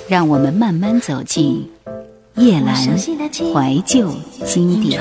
让我们慢慢走进夜阑怀旧经典。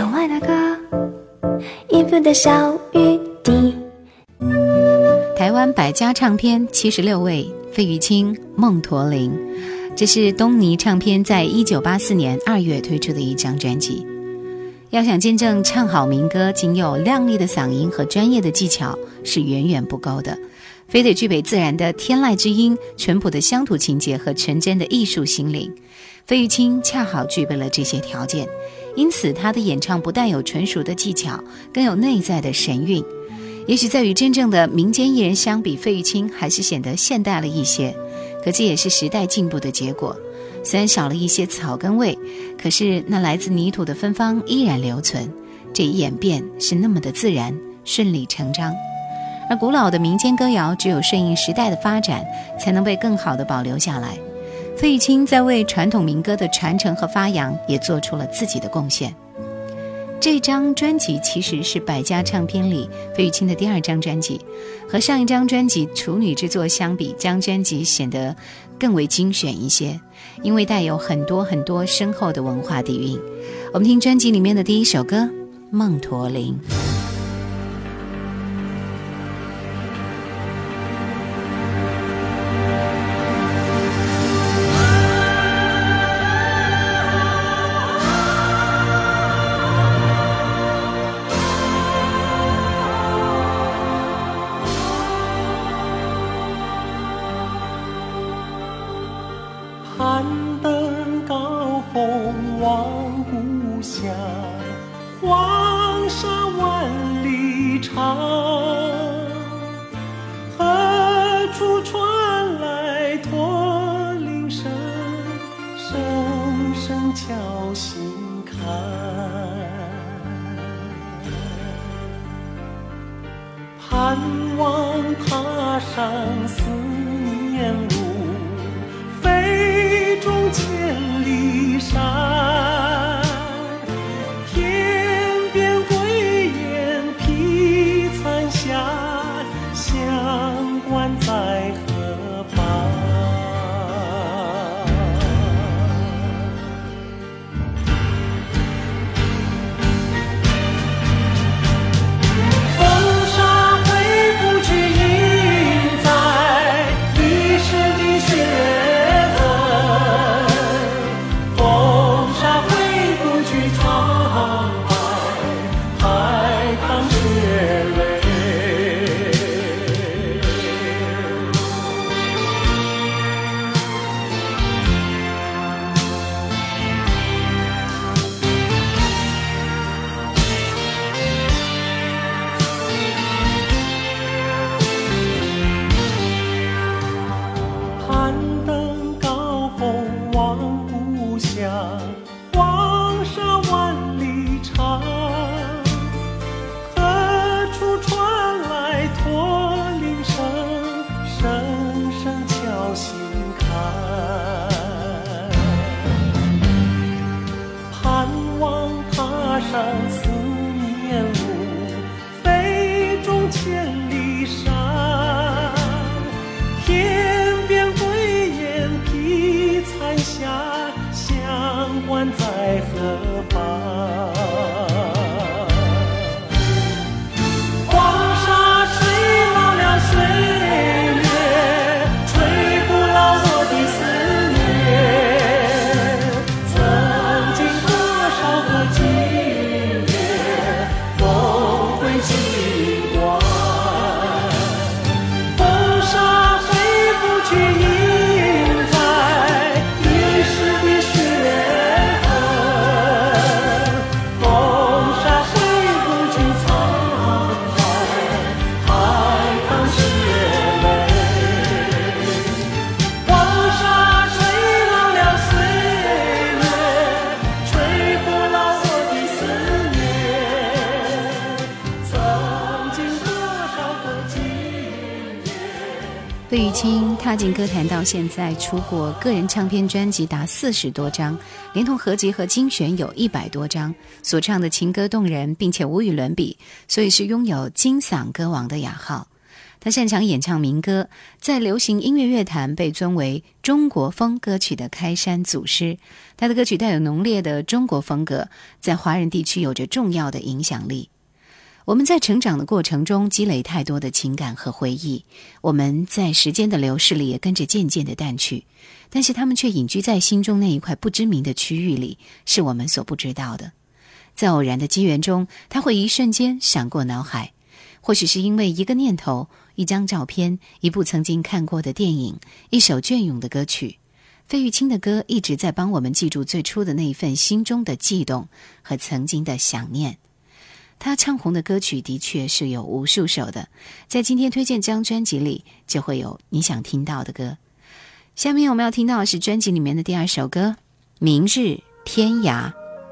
台湾百家唱片76位，费玉清、梦驼铃，这是东尼唱片在1984年2月推出的一张专辑。要想真正唱好民歌，仅有亮丽的嗓音和专业的技巧是远远不够的，非得具备自然的天籁之音、淳朴的乡土情节和纯真的艺术心灵。费玉清恰好具备了这些条件，因此他的演唱不但有纯熟的技巧，更有内在的神韵。也许在与真正的民间艺人相比，费玉清还是显得现代了一些，可这也是时代进步的结果。虽然少了一些草根味，可是那来自泥土的芬芳依然留存，这一演变是那么的自然，顺理成章。而古老的民间歌谣只有顺应时代的发展，才能被更好地保留下来。费玉清在为传统民歌的传承和发扬也做出了自己的贡献。这张专辑其实是百家唱片里费玉清的第2张专辑，和上一张专辑处女之作相比，这张专辑显得更为精选一些，因为带有很多深厚的文化底蕴。我们听专辑里面的第1首歌《梦驼铃》。 攀登高峰望故乡，黄沙万里长，何处传来驼铃声，声声敲心坎。盼望踏上思念路，飞中千里山，天边归雁披残霞，乡关在何方？风沙挥不去印在历史的血痕，风沙挥不去苍白海棠血泪。攀登高峰望故乡，黄沙万里长，何处传来驼铃声，声声敲心坎。盼望踏上思念路，飞中千里山，天边归雁披残霞，乡关在何方？黄沙吹老了岁月，吹不老我的思念。曾经多少个今夜，梦回尽关。风沙挥不去印在历史的血痕，风沙挥不去苍白海棠血泪。黄沙吹老了岁月，吹不老我的思念。曾经多少个今夜。 费玉清踏进歌坛到现在，出过个人唱片专辑达40多张，连同合集和精选有100多张，所唱的情歌动人，并且无与伦比，所以是拥有金嗓歌王的雅号。 他擅长演唱民歌，在流行音乐乐坛被尊为中国风歌曲的开山祖师。他的歌曲带有浓烈的中国风格，在华人地区有着重要的影响力。我们在成长的过程中积累太多的情感和回忆，我们在时间的流逝里也跟着渐渐的淡去，但是他们却隐居在心中那一块不知名的区域里，是我们所不知道的。在偶然的机缘中，它会一瞬间闪过脑海，或许是因为一个念头、一张照片、一部曾经看过的电影、一首隽永的歌曲。费玉清的歌一直在帮我们记住最初的那一份心中的悸动和曾经的想念。他唱红的歌曲的确是有无数首的，在今天推荐这张专辑里就会有你想听到的歌。下面我们要听到的是专辑里面的第2首歌《明日天涯》。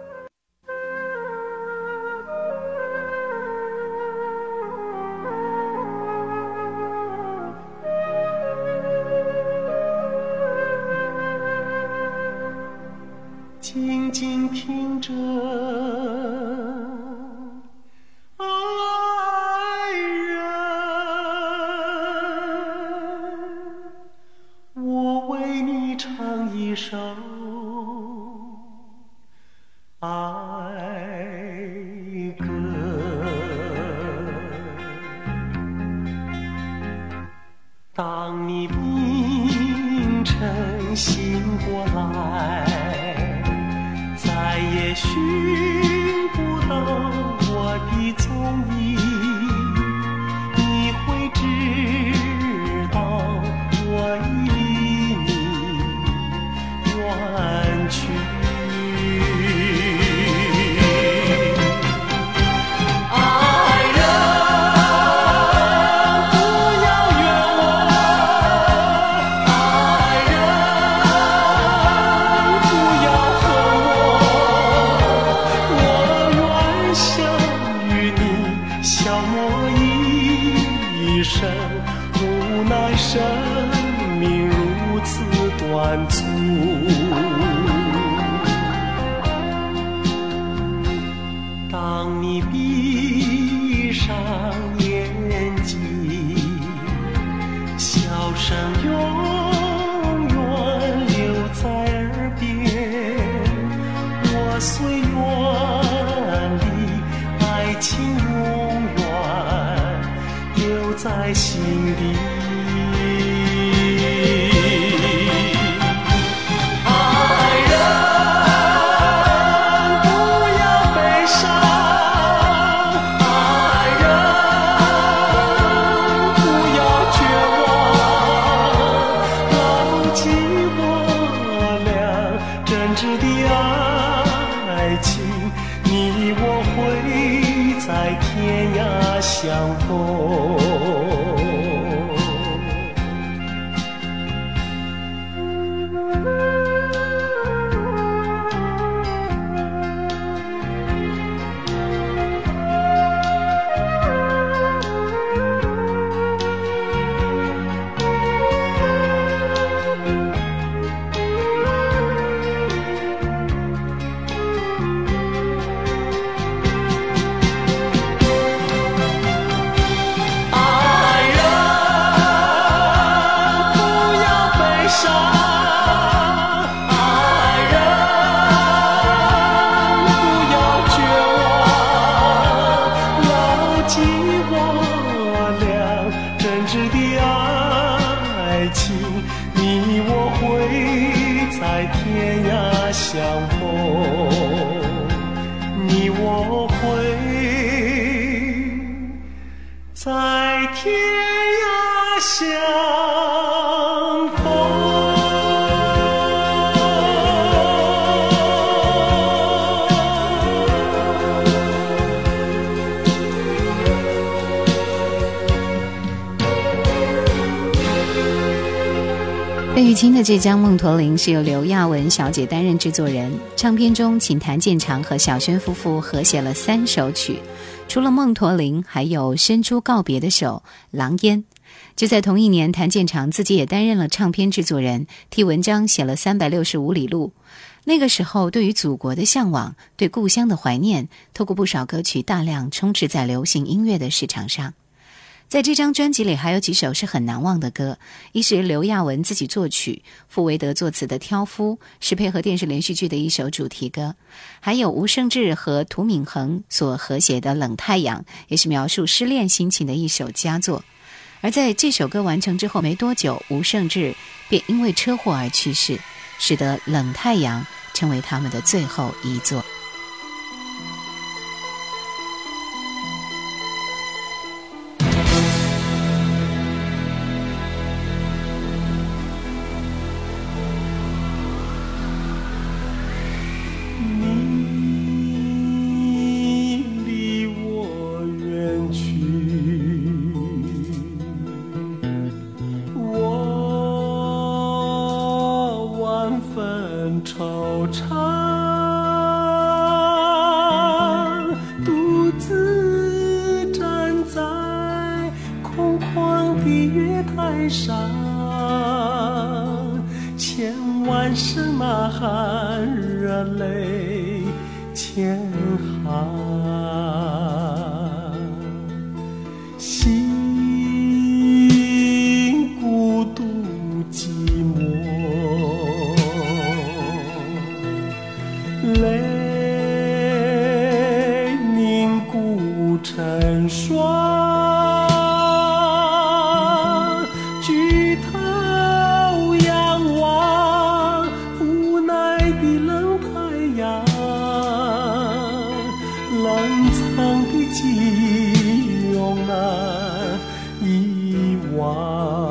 静静听着爱人，我为你唱一首爱歌。当你凌晨醒过来，再也寻不到我的踪影，你会知道我已离你远去。爱人，不要怨我，爱人，不要恨我，想与你消磨一生，无奈生命如此短促。当你闭上眼睛，笑声永远留在耳边，我虽远离，爱情永远留在心底。爱人，不要悲伤，爱人，不要绝望，牢记我俩真挚的爱情，你我会在天涯相逢。相逢，你我会在天涯相逢。 费玉清的这张《梦驼铃》是由刘亚文小姐担任制作人，唱片中请谭健常和小轩夫妇合写了3首曲，除了《梦驼铃》还有伸出告别的手《狼烟》。就在同一年，谭健常自己也担任了唱片制作人，替文章写了365里路。那个时候，对于祖国的向往，对故乡的怀念，透过不少歌曲大量充斥在流行音乐的市场上。 在这张专辑里还有几首是很难忘的歌，一是刘亚文自己作曲，傅维德作词的《挑夫》，是配合电视连续剧的一首主题歌，还有吴胜志和涂敏恒所合写的《冷太阳》，也是描述失恋心情的一首佳作。而在这首歌完成之后没多久，吴胜志便因为车祸而去世，使得《冷太阳》成为他们的最后一作。 声呐喊，热泪千行，心孤独寂寞，泪凝固成霜，举头仰望无奈的冷太阳，冷藏的记忆永难遗忘。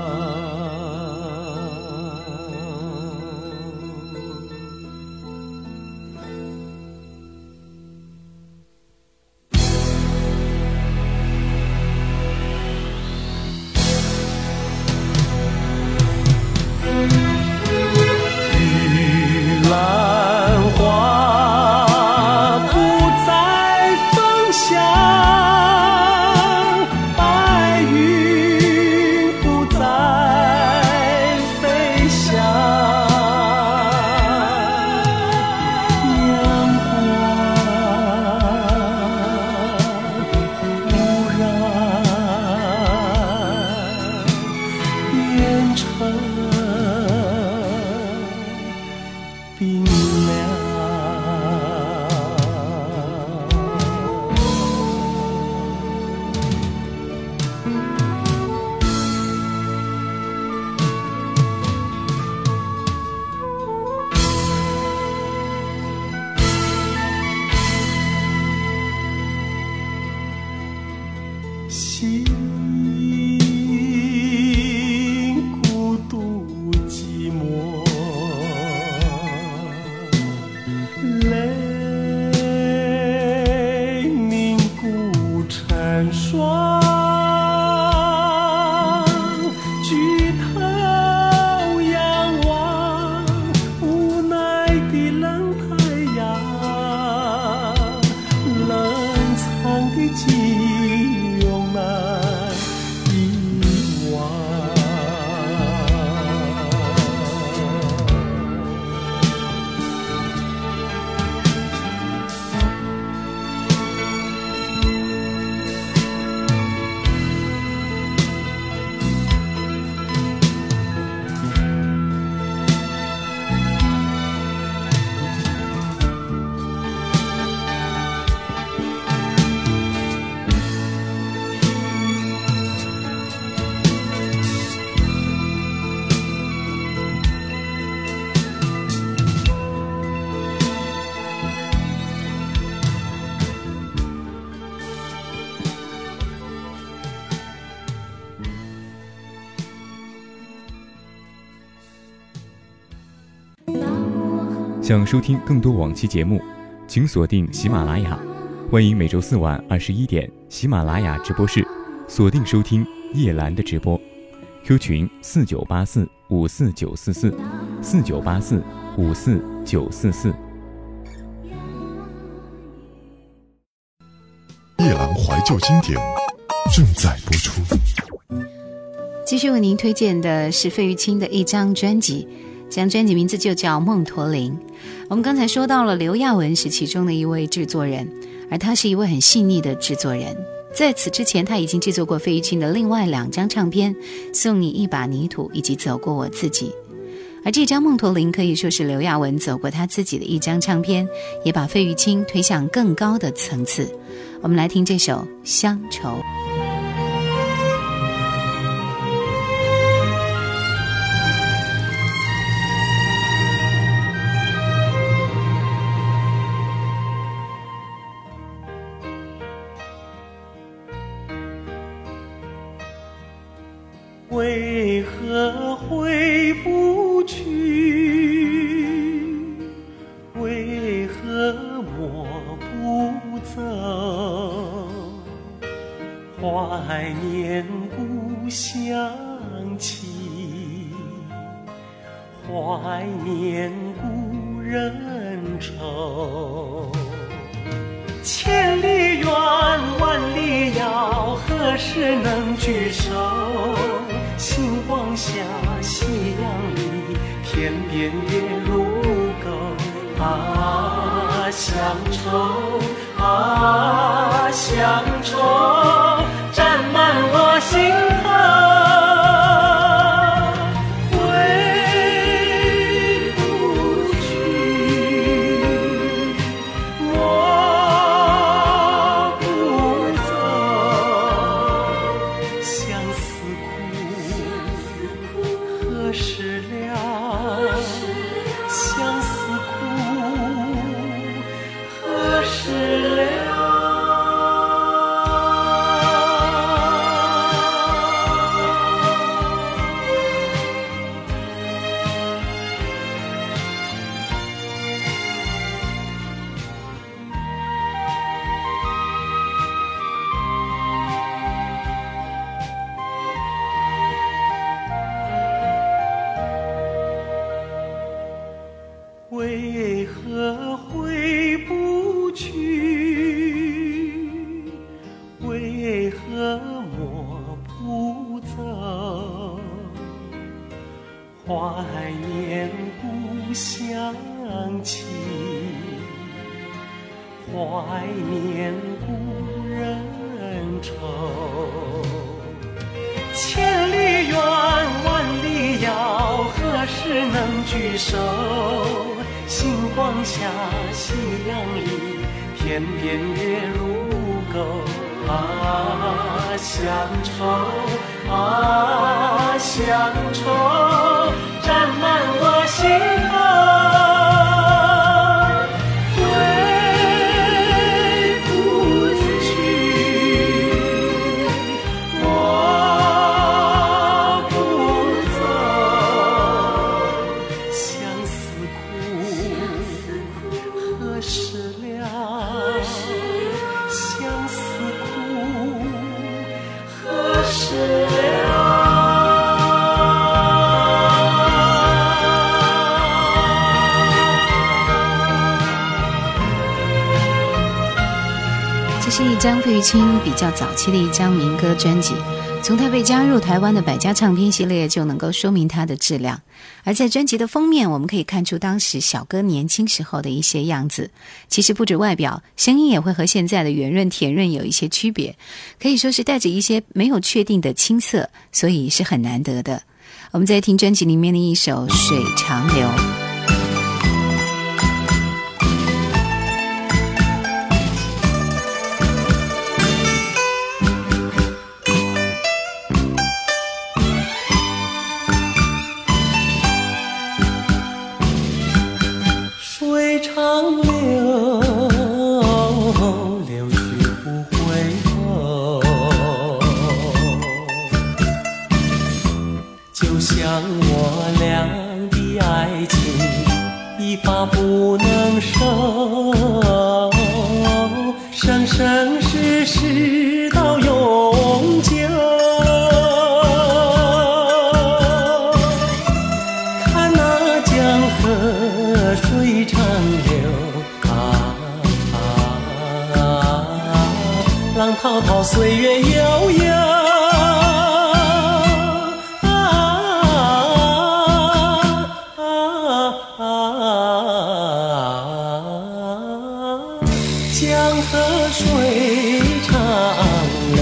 心孤独寂寞，泪凝固成霜，举头仰望无奈的冷太阳，冷藏的记忆永难遗忘。 想收听更多往期节目，请锁定喜马拉雅。欢迎每周4晚21点喜马拉雅直播室锁定收听叶兰的直播。Q 群4984-54944，4984-54944。 叶兰怀旧经典正在播出。 继续为您推荐的是费玉清的一张专辑，这张专辑名字就叫《梦驼铃》。我们刚才说到了刘亚文是其中的一位制作人，而他是一位很细腻的制作人， 在此之前，他已经制作过费玉清的另外2张唱片《送你一把泥土》以及《走过我自己》。而这张《梦驼铃》可以说是刘亚文走过他自己的一张唱片，也把费玉清推向更高的层次。我们来听这首《乡愁》。 为何回不去？为何默不走？怀念故乡情，怀念故人愁。千里远，万里遥，何时能聚首？星光下，夕阳里，天边月如钩。啊，乡愁，啊，乡愁，沾满我心头。为何回不去？为何默不走？怀念故乡情，怀念故人愁。千里远，万里遥，何时能聚首？星光下，夕阳里，天边月如钩。啊，乡愁，啊，乡愁，沾满我心头。 这是一张费玉清比较早期的一张民歌专辑，从他被加入台湾的百家唱片系列就能够说明他的质量。而在专辑的封面，我们可以看出当时小哥年轻时候的一些样子，其实不止外表，声音也会和现在的圆润甜润有一些区别，可以说是带着一些没有确定的青涩，所以是很难得的。我们再听专辑里面的一首《水长流》。 长流，流去不回头，就像我俩的爱情，一发不能收，生生世世到永久。看那江河水长流，浪滔滔，岁月悠悠。江河水长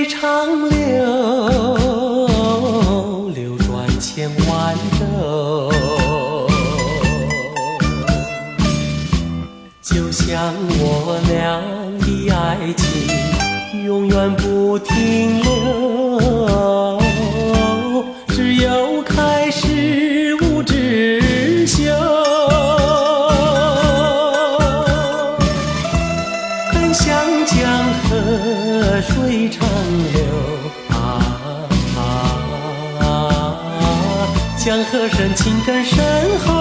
水长流，流转千万洲，就像我俩的爱情永远不停留，只有开始无止休，很想江河水长流江河深情更深厚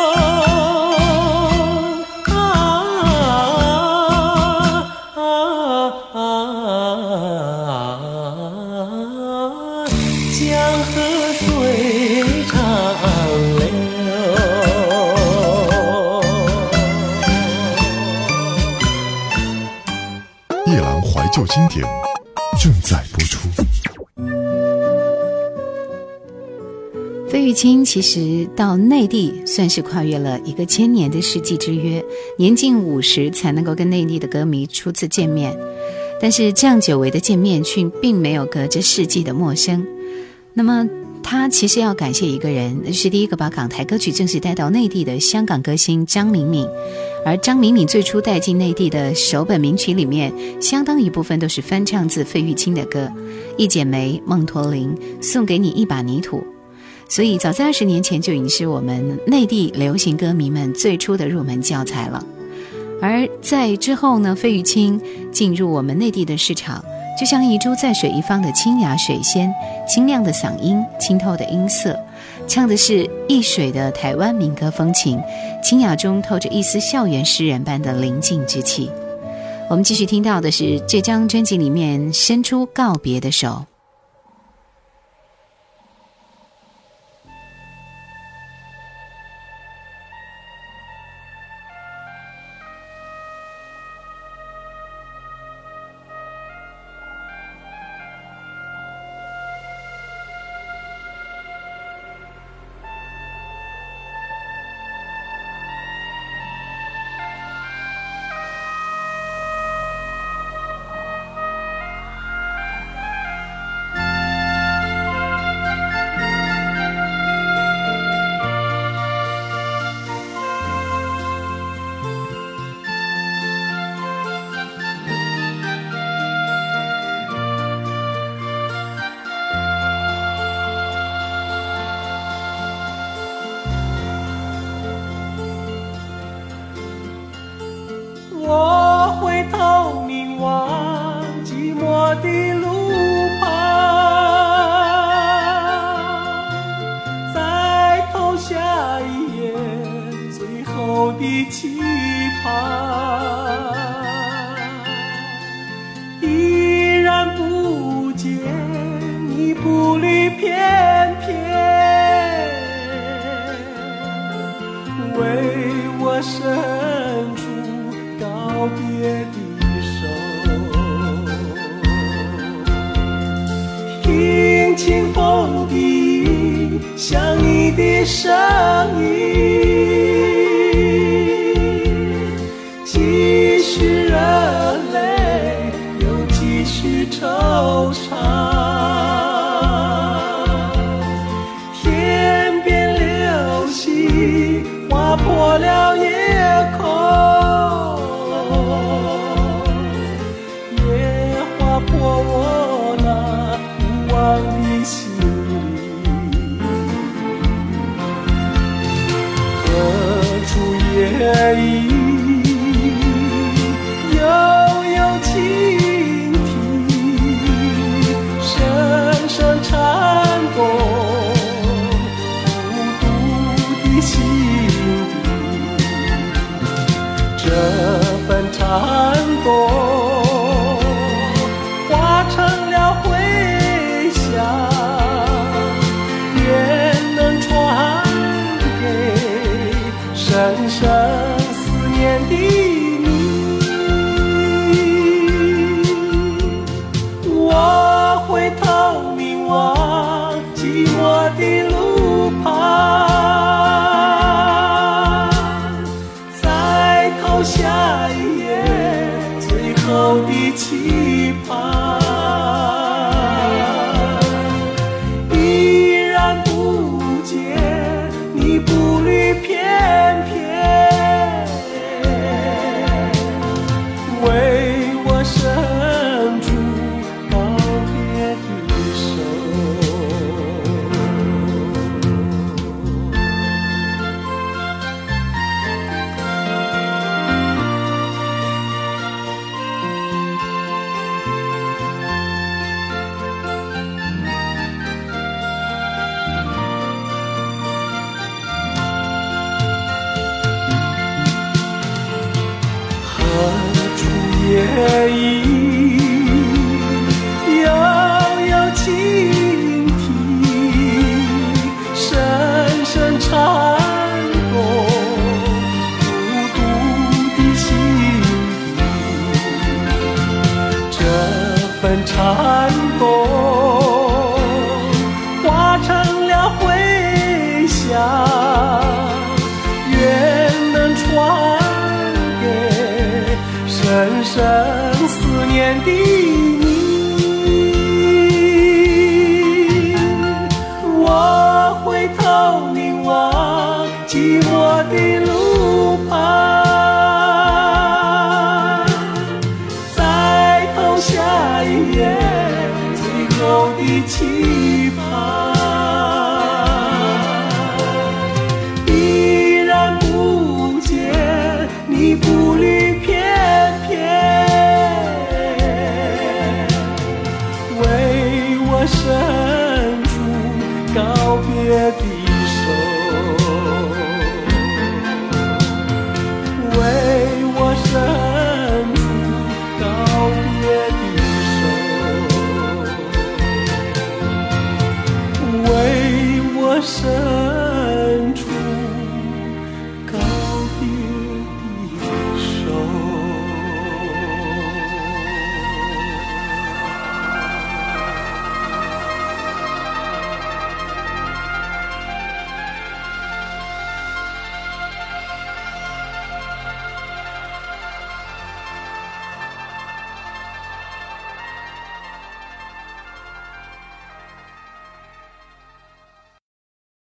江河水长流。 夜阑怀旧经典正在播出。 费玉清其实到内地算是跨越了一个1000年的世纪之约，年近50才能够跟内地的歌迷初次见面，但是这样久违的见面却并没有隔着世纪的陌生。那么他其实要感谢一个人，就是第一个把港台歌曲正式带到内地的香港歌星张敏敏。而张敏敏最初带进内地的首本名曲里面，相当一部分都是翻唱自费玉清的歌，一剪梅、梦驼铃、送给你一把泥土。所以早在20年前就已经是我们内地流行歌迷们最初的入门教材了。而在之后呢，费玉清进入我们内地的市场，就像一株在水一方的清雅水仙，清亮的嗓音，清透的音色，唱的是一水的台湾民歌风情，清雅中透着一丝校园诗人般的宁静之气。我们继续听到的是这张专辑里面伸出告别的手。 我回头凝望寂寞的路旁，再投下一眼最后的期盼，依然不见你步履翩翩，为我伸出告别的手，听清风的像你的声音，继续热泪又继续惆怅，天边流星划破了夜空，破我那无望的心里，何处夜莺悠悠倾听，声声颤动孤独的心底，这份颤动成了回响，也能传给深深思念份颤动，化成了回响，愿能传给深深思念的你。我回头凝望寂寞的路旁，再投下一眼最后的期盼，依然不见你步履翩翩，为我伸出告别的